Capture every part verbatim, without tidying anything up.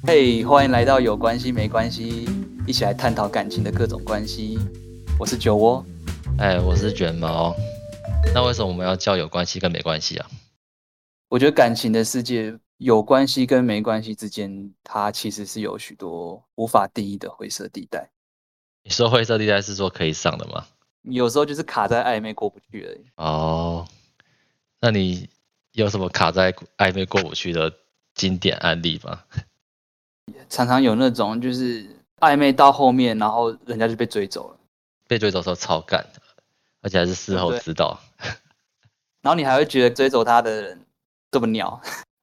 嘿，欢迎来到有关系没关系，一起来探讨感情的各种关系。我是酒窝， 哎，我是卷毛。那为什么我们要叫有关系跟没关系啊？ 我觉得感情的世界有关系跟没关系之间，它其实是有许多无法定义的灰色地带。 你说灰色地带是说可以上的吗？ 有时候就是卡在暧昧过不去而已。 哦，那你有什么卡在暧昧过不去的经典案例吗？ 常常有那种就是暧昧到后面，然后人家就被追走了， 被追走的时候超干的，而且还是事对不对？ 后知道。 然后你还会觉得追走他的人这么鸟，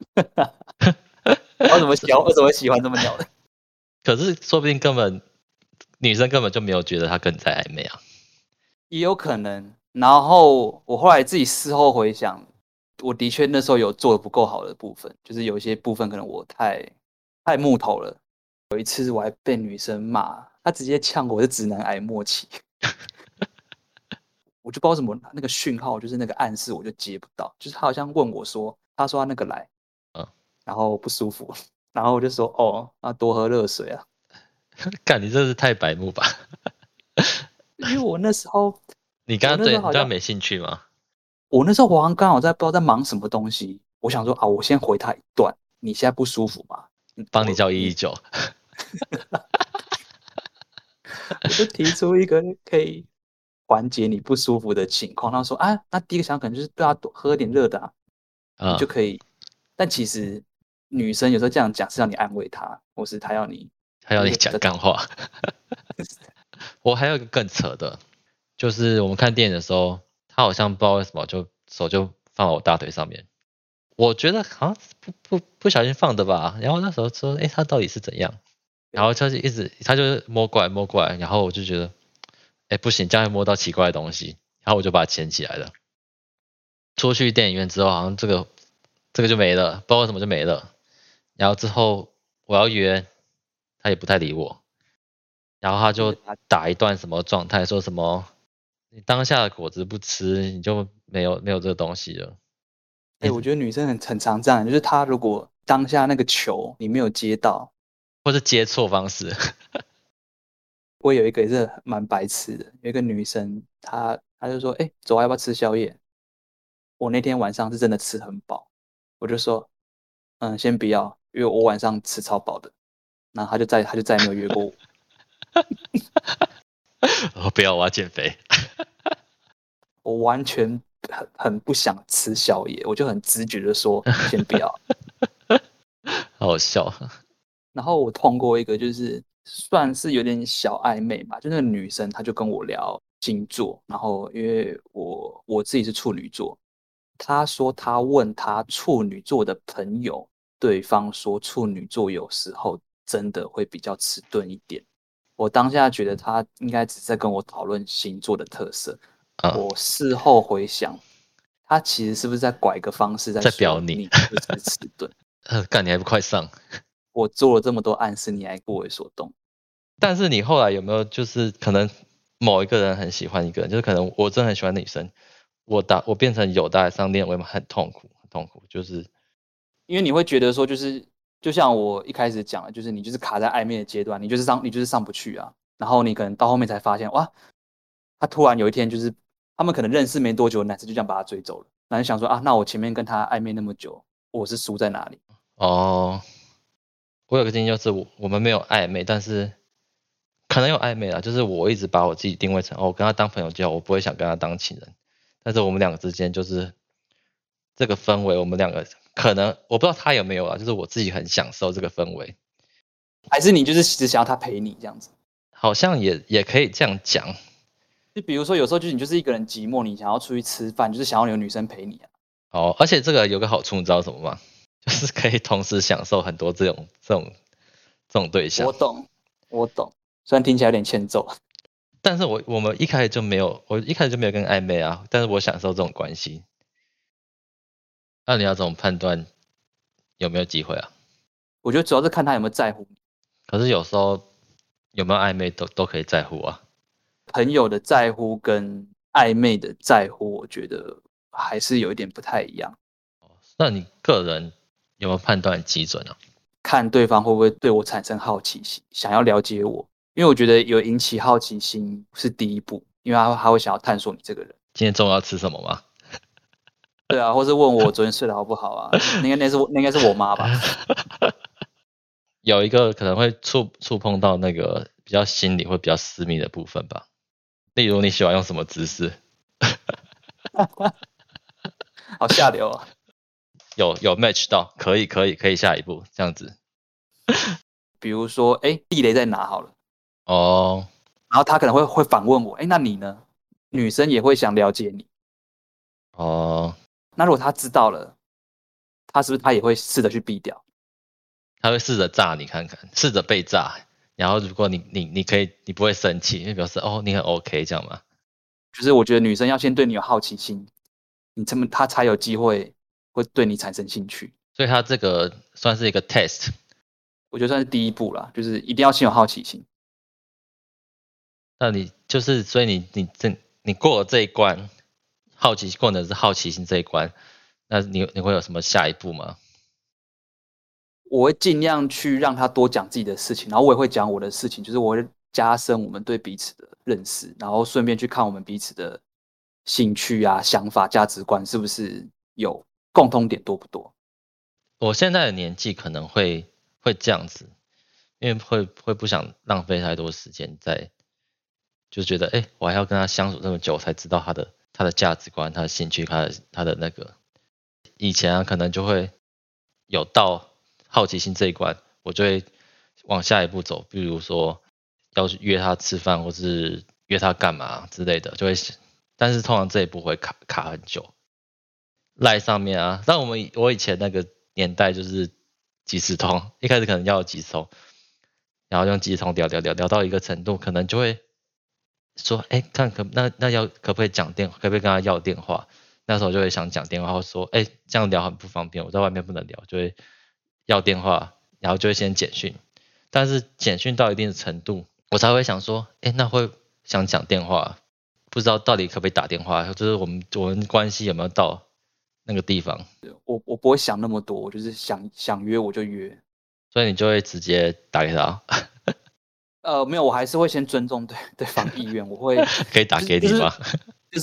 我怎么喜欢，我怎么喜欢这么鸟的？ 可是说不定根本女生根本就没有觉得他跟你在暧昧啊。 也有可能。然后我后来自己事后回想，我的确那时候有做的不够好的部分，就是有一些部分可能我太太木头了。有一次我还被女生骂，她直接呛我是直男癌末期，我就不知道为什么那个讯号就是那个暗示我就接不到，就是她好像问我说，她说她那个来， 嗯， 然后不舒服，然后我就说哦，那多喝热水啊， 干你真是太白目吧？ 因为我那时候你刚我刚对你那时候好像对他没兴趣吗？ 我那时候好像刚好在不知道在忙什么东西，我想说啊，我先回他一段，你现在不舒服吗？嗯帮你我你叫一一九。 我就提出一个可以缓解你不舒服的情况。他说啊，那第一个想法可能就是对他多喝点热的啊，你嗯， 就可以。但其实女生有时候这样讲是让你安慰她，或是她要你还要你讲就是比较干话。我还有一个更扯的，就是我们看电影的时候，他好像不知道为什么就手就放到我大腿上面，我觉得好像是不不不小心放的吧。然后那时候说，哎，他到底是怎样？然后他就一直他就摸过来摸过来，然后我就觉得，哎，不行，这样会摸到奇怪的东西，然后我就把它捡起来了。出去电影院之后，好像这个这个就没了，不知道为什么就没了。然后之后我要约，他也不太理我，然后他就跟着他。 打一段什么状态，说什么你当下的果子不吃，你就没有没有这个东西了。 哎、 你我觉得女生很很常这样，就是她如果当下那个球你没有接到， 或是接错方式。 我有一个也是蛮白痴的，有一个女生，她她就说，哎、走啊，要不要吃宵夜？我那天晚上是真的吃很饱，我就说，嗯，先不要，因为我晚上吃超饱的。然后他就再他就再也没有约过我， 我不要，我要减肥。 我完全很很不想吃宵夜，我就很直觉的说先不要。 好好笑。 然后我碰过一个就是算是有点小暧昧吧，就那个女生她就跟我聊星座，然后因为我我自己是处女座，她说她问她处女座的朋友，对方说处女座有时候真的会比较迟钝一点。我当下觉得她应该只是在跟我讨论星座的特色。 嗯， 我事后回想，她其实是不是在拐个方式在在表说你。 你就是迟钝？ 呃，干你还不快上？ 我做了这么多暗示，你还不为所动？ 但是你后来有没有就是可能某一个人很喜欢一个人，就是可能我真的很喜欢女生，我打我变成有大上恋，我也很痛苦，很痛苦，就是因为你会觉得说，就是就像我一开始讲的，就是你就是卡在暧昧的阶段，你就是上你就是上不去啊。然后你可能到后面才发现，哇，他突然有一天就是他们可能认识没多久的男生就这样把他追走了。那你想说啊，那我前面跟他暧昧那么久，我是输在哪里？ 哦，我有个经验就是我我们没有暧昧，但是可能有暧昧啦，就是我一直把我自己定位成哦，我跟他当朋友就好，我不会想跟他当情人。但是我们两个之间就是这个氛围，我们两个可能我不知道他有没有啊，就是我自己很享受这个氛围， 还是你就是只想要他陪你这样子？ 好像也也可以这样讲。 就比如说有时候就是你就是一个人寂寞，你想要出去吃饭，就是想要有女生陪你啊。 哦，而且这个有个好处，你知道什么吗？就是可以同时享受很多这种这种这种对象。 我懂，我懂，虽然听起来有点欠揍。 但是我我们一开始就没有，我一开始就没有跟暧昧啊，但是我享受这种关系。那你要怎么判断有没有机会啊？ 我觉得主要是看他有没有在乎你。 可是有时候有没有暧昧都都可以在乎啊。 朋友的在乎跟暧昧的在乎，我觉得还是有一点不太一样。 那你个人有没有判断基准啊？ 看对方会不会对我产生好奇心，想要了解我。因为我觉得有引起好奇心是第一步，因为他他会想要探索你这个人。 今天中午要吃什么吗？ 对啊，或是问我昨天睡得好不好啊？那个那是那应该是我妈吧？ 有一个可能会触触碰到那个比较心理会比较私密的部分吧。例如你喜欢用什么姿势？ 好下流啊！ 有有 match 到，可以可以可以下一步这样子。 比如说，哎，地雷在哪好了？ 哦， 然后他可能会会反问我，哎，那你呢？女生也会想了解你。 哦， 那如果他知道了，他是不是他也会试着去避掉？ 他会试着炸你看看，试着被炸。然后如果你你你可以，你不会生气，因为表示哦你很 OK 这样吗？ 就是我觉得女生要先对你有好奇心，你这么她才有机会会对你产生兴趣。 所以他这个算是一个 test。 我觉得算是第一步啦，就是一定要先有好奇心。 那你就是所以你你这你过了这一关，好奇过的是好奇心这一关，那你你会有什么下一步吗？ 我会尽量去让他多讲自己的事情，然后我也会讲我的事情，就是我会加深我们对彼此的认识，然后顺便去看我们彼此的兴趣啊、想法、价值观是不是有共通点多不多。 我现在的年纪可能会会这样子，因为会会不想浪费太多时间在，就觉得哎、欸，我还要跟他相处这么久，才知道他的他的价值观、他的兴趣、他的他的那个。以前啊，可能就会有到好奇心这一关，我就会往下一步走，比如说要去约他吃饭，或是约他干嘛之类的，就会。但是通常这一步会卡卡很久。赖上面啊，但我们我以前那个年代就是即时通，一开始可能要即时通，然后用即时通聊聊聊聊到一个程度，可能就会说，哎，看可那那要可不可以讲电话，可不可以跟他要电话？那时候就会想讲电话，或说，哎，这样聊很不方便，我在外面不能聊，就会要电话，然后就会先简讯，但是简讯到一定的程度，我才会想说，哎，那会想讲电话，不知道到底可不可以打电话，就是我们我们关系有没有到那个地方。 我我不会想那么多，我就是想想约我就约。 所以你就会直接打给他。 呃，没有，我还是会先尊重对对方意愿，我会可以打给你吗？ 就是、就是、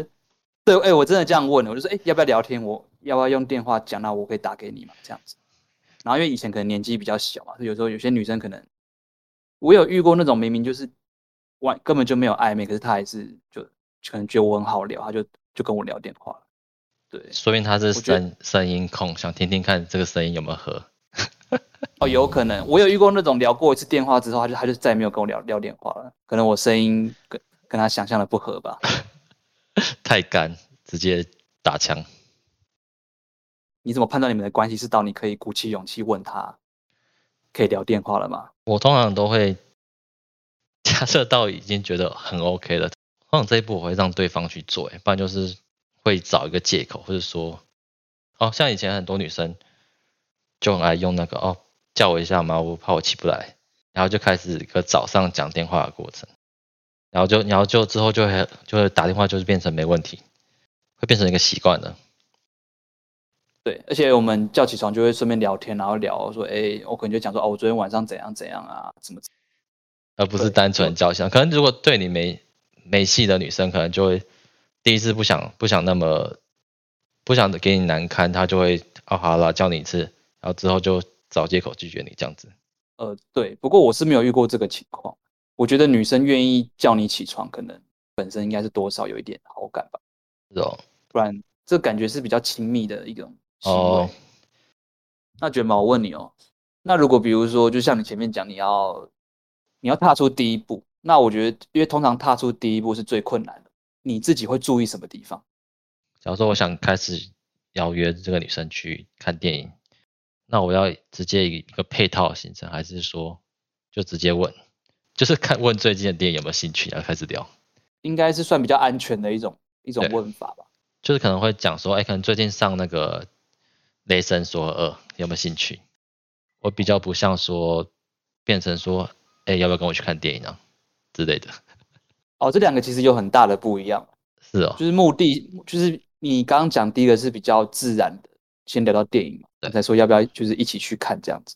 对，哎、欸，我真的这样问，我就说，哎、欸，要不要聊天？我要不要用电话讲？那我可以打给你嘛，这样子。然后因为以前可能年纪比较小嘛，所以有时候有些女生可能，我有遇过那种明明就是完根本就没有暧昧，可是她还是就可能觉得我很好聊，她就就跟我聊电话了。对， 说明他是声声音控，想听听看这个声音有没有合。 哦，有可能，我有遇过那种聊过一次电话之后，他就他就再也没有跟我聊聊电话了。可能我声音跟跟他想象的不合吧。 太干，直接打枪。 你怎么判断你们的关系是到你可以鼓起勇气问他，可以聊电话了吗？ 我通常都会假设到已经觉得很 OK 了，通常这一步我会让对方去做，不然就是会找一个借口，或者说，哦，像以前很多女生就很爱用那个哦。叫我一下嘛，我怕我起不来，然后就开始一个早上讲电话的过程，然后就然后就之后就会就会打电话，就是变成没问题，会变成一个习惯了。 对，而且我们叫起床就会顺便聊天，然后聊说，哎，我可能就讲说，哦，我昨天晚上怎样怎样啊，怎么， 而不是单纯叫嚣。可能如果对你没没戏的女生，可能就会第一次不想不想那么不想给你难堪，她就会哦好啦叫你一次，然后之后就找借口拒绝你这样子。 呃，对，不过我是没有遇过这个情况。我觉得女生愿意叫你起床，可能本身应该是多少有一点好感吧。 是哦， 不然这感觉是比较亲密的一种行为。 哦， 那卷毛，我问你哦，那如果比如说，就像你前面讲，你要你要踏出第一步，那我觉得，因为通常踏出第一步是最困难的，你自己会注意什么地方？ 假如说我想开始邀约这个女生去看电影。那我要直接一个配套的行程，还是说就直接问，就是看问最近的电影有没有兴趣，然后开始聊。 应该是算比较安全的一种一种问法吧。 就是可能会讲说，哎、欸，可能最近上那个《雷神索尔二》有没有兴趣？我比较不像说变成说，哎、欸，要不要跟我去看电影啊之类的。 哦，这两个其实有很大的不一样。 是哦， 就是目的，就是你刚刚讲第一个是比较自然的，先聊到电影嘛，再说要不要就是一起去看这样子。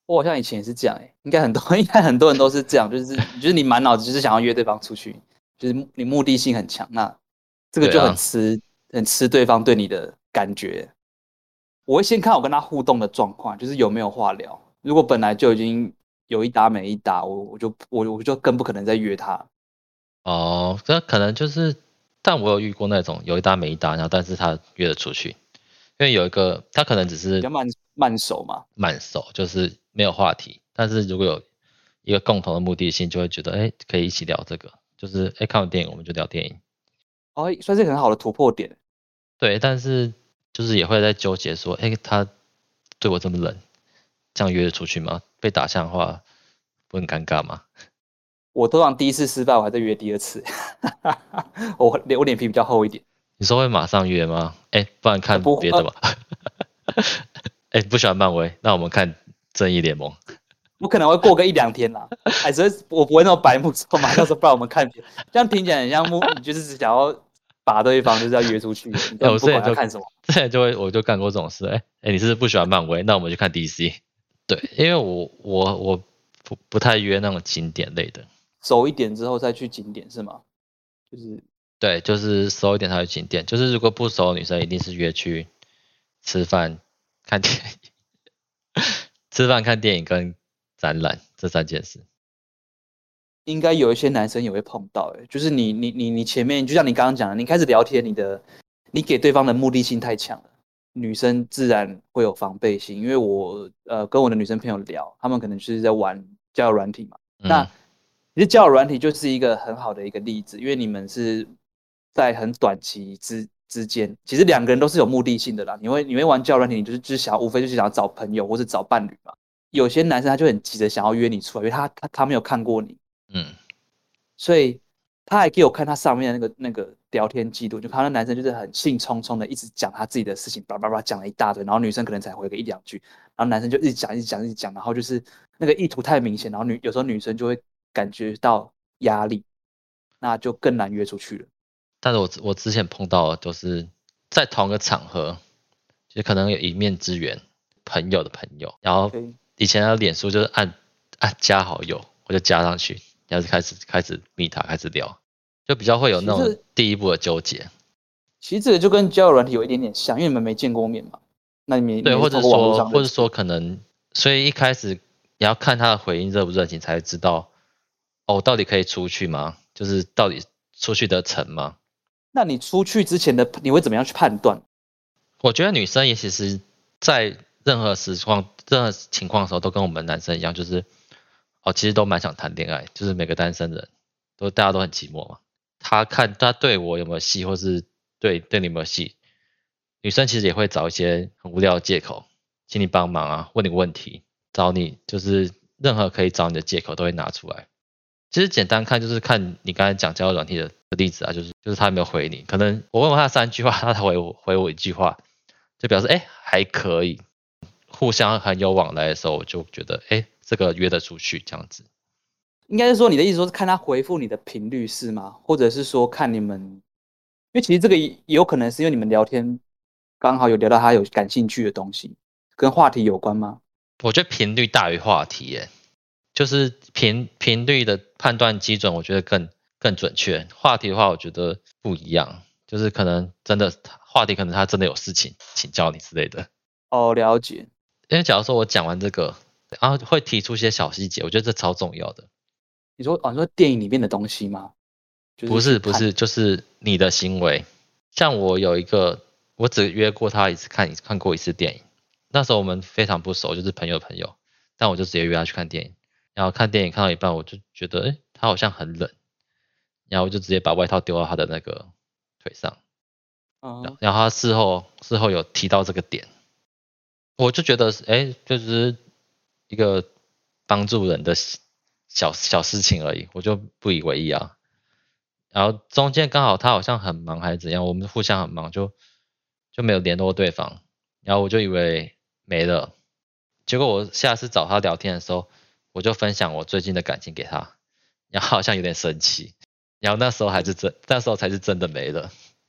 我好像以前也是这样哎、欸，应该很多应该很多人都是这样，就是就是你满脑子就是想要约对方出去，就是你目的性很强，那这个就很对啊， 吃很吃对方对你的感觉。我会先看我跟他互动的状况，就是有没有话聊。如果本来就已经有一搭没一搭，我我就我我就更不可能再约他。 哦，这可能就是，但我有遇过那种有一搭没一搭，然后但是他约得出去，因为有一个他可能只是比较慢慢熟嘛。 慢熟，就是没有话题，但是如果有一个共同的目的性，就会觉得哎可以一起聊这个，就是哎看完电影我们就聊电影， 哦，算是一个很好的突破点。 对，但是就是也会在纠结说，哎他对我这么冷，这样约得出去吗？被打枪的话不很尴尬吗？ 我通常第一次失败，我还在约第二次。我脸我脸皮比较厚一点。 你说会马上约吗？哎，不然呃，不，呃， 看别的吧。哎，不喜欢漫威，那我们看正义联盟。 我可能会过个一两天啦。哎，所以我不会那种白目说马上说，不然我们看片。这样听起来很像目，你就是只想要把对方就是要约出去，你哎， 根本不我之前就管要看什么。 之前就会我就干过这种事。哎哎，你是不是不喜欢漫威？那我们去看 D C。对，因为我我我不不太约那种景点类的。 熟一点之后再去景点是吗？就是对，就是熟一点才去景点。就是如果不熟的女生，一定是约去吃饭、看电影、吃饭、看电影跟展览这三件事。 应该有一些男生也会碰到、欸，就是你你你你前面就像你刚刚讲的，你开始聊天，你的你给对方的目的性太强了，女生自然会有防备心。因为我呃跟我的女生朋友聊，他们可能就是在玩交友软体嘛。 嗯那其实交友软体就是一个很好的一个例子，因为你们是在很短期之之间，其实两个人都是有目的性的啦。你会你会玩交友软体，你就是只想要无非就是想要找朋友或者找伴侣嘛。有些男生他就很急着想要约你出来，因为他他他没有看过你。 嗯， 所以他还给我看他上面的那个那个聊天记录，就看到那男生就是很兴冲冲的一直讲他自己的事情，叭叭叭讲了一大堆，然后女生可能才回个一两句，然后男生就一直讲一直讲一直讲，然后就是那个意图太明显，然后女有时候女生就会感觉到压力，那就更难约出去了。 但是我我之前碰到的都是在同个场合，就可能有一面之缘，朋友的朋友，然后 OK， 以前的脸书就是按按加好友，我就加上去，然后就开始开始密他，开始聊，就比较会有那种其实第一步的纠结。 其实这个就跟交友软体有一点点像，因为你们没见过面嘛，那你们你对， 们也是或者透过网络说或者说上认识的。 可能，所以一开始你要看他的回应热不热情，才知道哦，到底可以出去吗？就是到底出去得成吗？ 那你出去之前的你会怎么样去判断？ 我觉得女生也其实，在任何实况、任何情况的时候，都跟我们男生一样，就是哦，其实都蛮想谈恋爱，就是每个单身人都大家都很寂寞嘛。他看他对我有没有戏，或是对对你有没有戏，女生其实也会找一些很无聊的借口，请你帮忙啊，问你个问题，找你就是任何可以找你的借口都会拿出来。其实简单看就是看你刚才讲交友软体的例子啊，就是就是他有没有回你，可能我问了他三句话，他才回我回我一句话，就表示哎还可以，互相很有往来的时候，我就觉得哎这个约得出去这样子。 应该是说你的意思说是看他回复你的频率是吗？或者是说看你们，因为其实这个也有可能是因为你们聊天刚好有聊到他有感兴趣的东西，跟话题有关吗？ 我觉得频率大于话题耶，就是频频率的判断基准，我觉得更更准确。话题的话，我觉得不一样，就是可能真的话题可能他真的有事情请教你之类的。 哦，了解。 因为假如说我讲完这个，然后会提出一些小细节，我觉得这超重要的。 你说哦，你说电影里面的东西吗？就是不去判。 是不是，就是你的行为。像我有一个，我只约过他一次看看过一次电影，那时候我们非常不熟，就是朋友的朋友，但我就直接约他去看电影。然后看电影看到一半，我就觉得，哎，他好像很冷，然后我就直接把外套丢到他的那个腿上。 嗯， 然后他事后事后有提到这个点，我就觉得，哎，就是一个帮助人的小小事情而已，我就不以为意啊。然后中间刚好他好像很忙还是怎样，我们互相很忙，就就没有联络对方。然后我就以为没了，结果我下次找他聊天的时候，我就分享我最近的感情给他，然后好像有点生气，然后那时候还是真，那时候才是真的没了。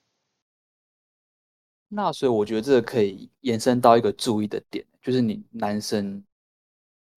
那所以我觉得这个可以延伸到一个注意的点，就是你男生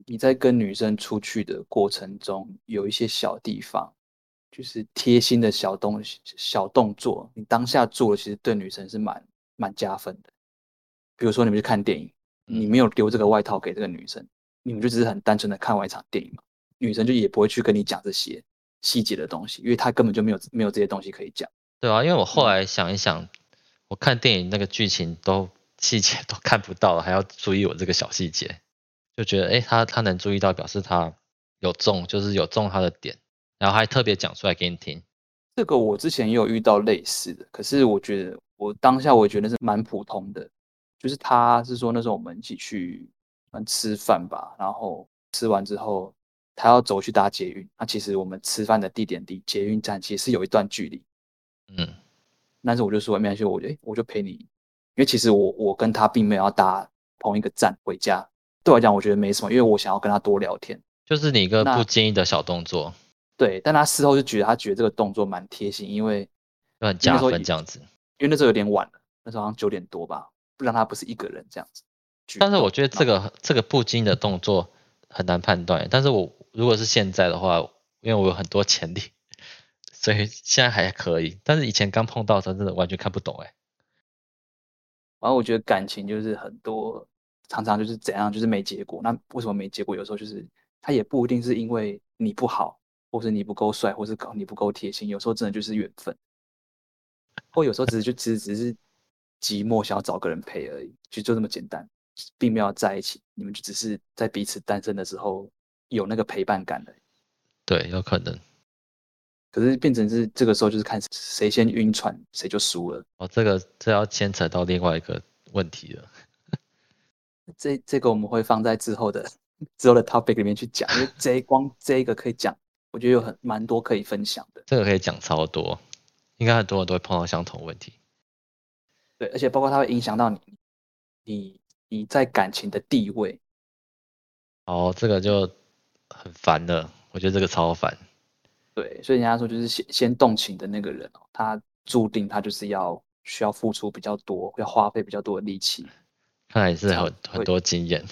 你在跟女生出去的过程中，有一些小地方，就是贴心的小东西、小动作，你当下做了，其实对女生是蛮蛮加分的。比如说你们去看电影，你没有丢这个外套给这个女生，你们就只是很单纯的看完一场电影嘛，女生就也不会去跟你讲这些细节的东西，因为她根本就没有没有这些东西可以讲。 对啊，因为我后来想一想，我看电影那个剧情都细节都看不到了，还要注意我这个小细节，就觉得诶他他能注意到，表示他有中，就是有中他的点，然后还特别讲出来给你听。 这个我之前也有遇到类似的，可是我觉得我当下我也觉得是蛮普通的，就是他是说那时候我们一起去嗯吃饭吧，然后吃完之后他要走去搭捷运，那其实我们吃饭的地点离捷运站其实是有一段距离， 嗯， 但是我就说没关系，我就诶我就陪你，因为其实我我跟他并没有要搭同一个站回家，对我来讲我觉得没什么，因为我想要跟他多聊天。 就是你一个不那经意的小动作， 对，但他事后就觉得他觉得这个动作蛮贴心，因为就很加因为那时候分这样子。 因为那时候有点晚了，那时候好像九点多吧，不然他不是一个人这样子举动。 但是我觉得这个这个不经意的动作很难判断，但是我如果是现在的话，因为我有很多潜力，所以现在还可以，但是以前刚碰到的时候真的完全看不懂哎。 然后我觉得感情就是很多常常就是怎样，就是没结果。那为什么没结果？有时候就是他也不一定是因为你不好，或是你不够帅，或是搞你不够贴心，有时候真的就是缘分，或有时候只是就只是只是寂寞，想要找个人陪而已，就就这么简单，并没有在一起，你们就只是在彼此单身的时候有那个陪伴感而已。 对，有可能。 可是变成是这个时候就是看谁先晕船，谁就输了。 哦，这个这要牵扯到另外一个问题了。 这这个我们会放在之后的之后的 topic 里面去讲，因为这光这一个可以讲，我觉得有很蛮多可以分享的。 这个可以讲超多，应该很多人都会碰到相同问题。 对，而且包括它会影响到你，你你在感情的地位。 哦，这个就很烦了，我觉得这个超烦。 对，所以人家说就是先先动情的那个人哦，他注定他就是要需要付出比较多，要花费比较多的力气。 看来是才很很会多经验。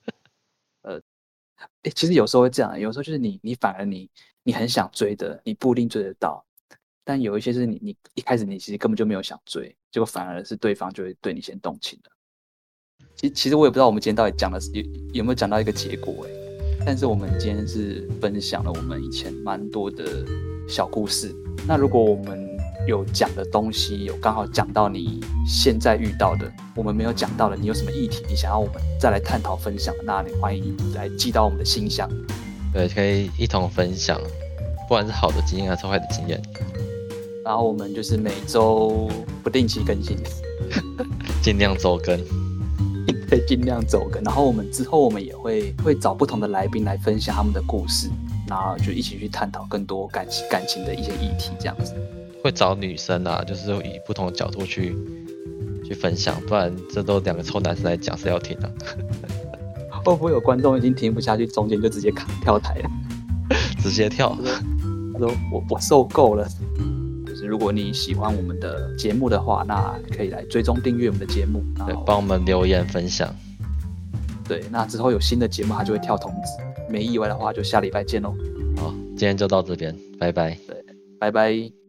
诶，其实有时候会这样，有时候就是你你反而你你很想追的，你不一定追得到。但有一些是你你一开始你其实根本就没有想追，结果反而是对方就会对你先动情了。其其实我也不知道我们今天到底讲的是有有没有讲到一个结果哎，但是我们今天是分享了我们以前蛮多的小故事。那如果我们有讲的东西有刚好讲到你现在遇到的，我们没有讲到的，你有什么议题你想要我们再来探讨分享，那你欢迎来寄到我们的信箱。 对，可以一同分享，不管是好的经验还是坏的经验。 然后我们就是每周不定期更新， 尽量周更， 对，尽量走更。然后我们之后我们也会会找不同的来宾来分享他们的故事，然后就一起去探讨更多感情感情的一些议题，这样子。 会找女生啊，就是以不同的角度去去分享，不然这都两个臭男生来讲，谁要听啊？ 会不会有观众已经听不下去，中间就直接卡跳台了？ 直接跳。 他说我我受够了。就是如果你喜欢我们的节目的话，那可以来追踪订阅我们的节目， 对，帮我们留言分享。 对，那之后有新的节目，它就会跳通知。没意外的话，就下礼拜见喽。 好，今天就到这边，拜拜。 对，拜拜。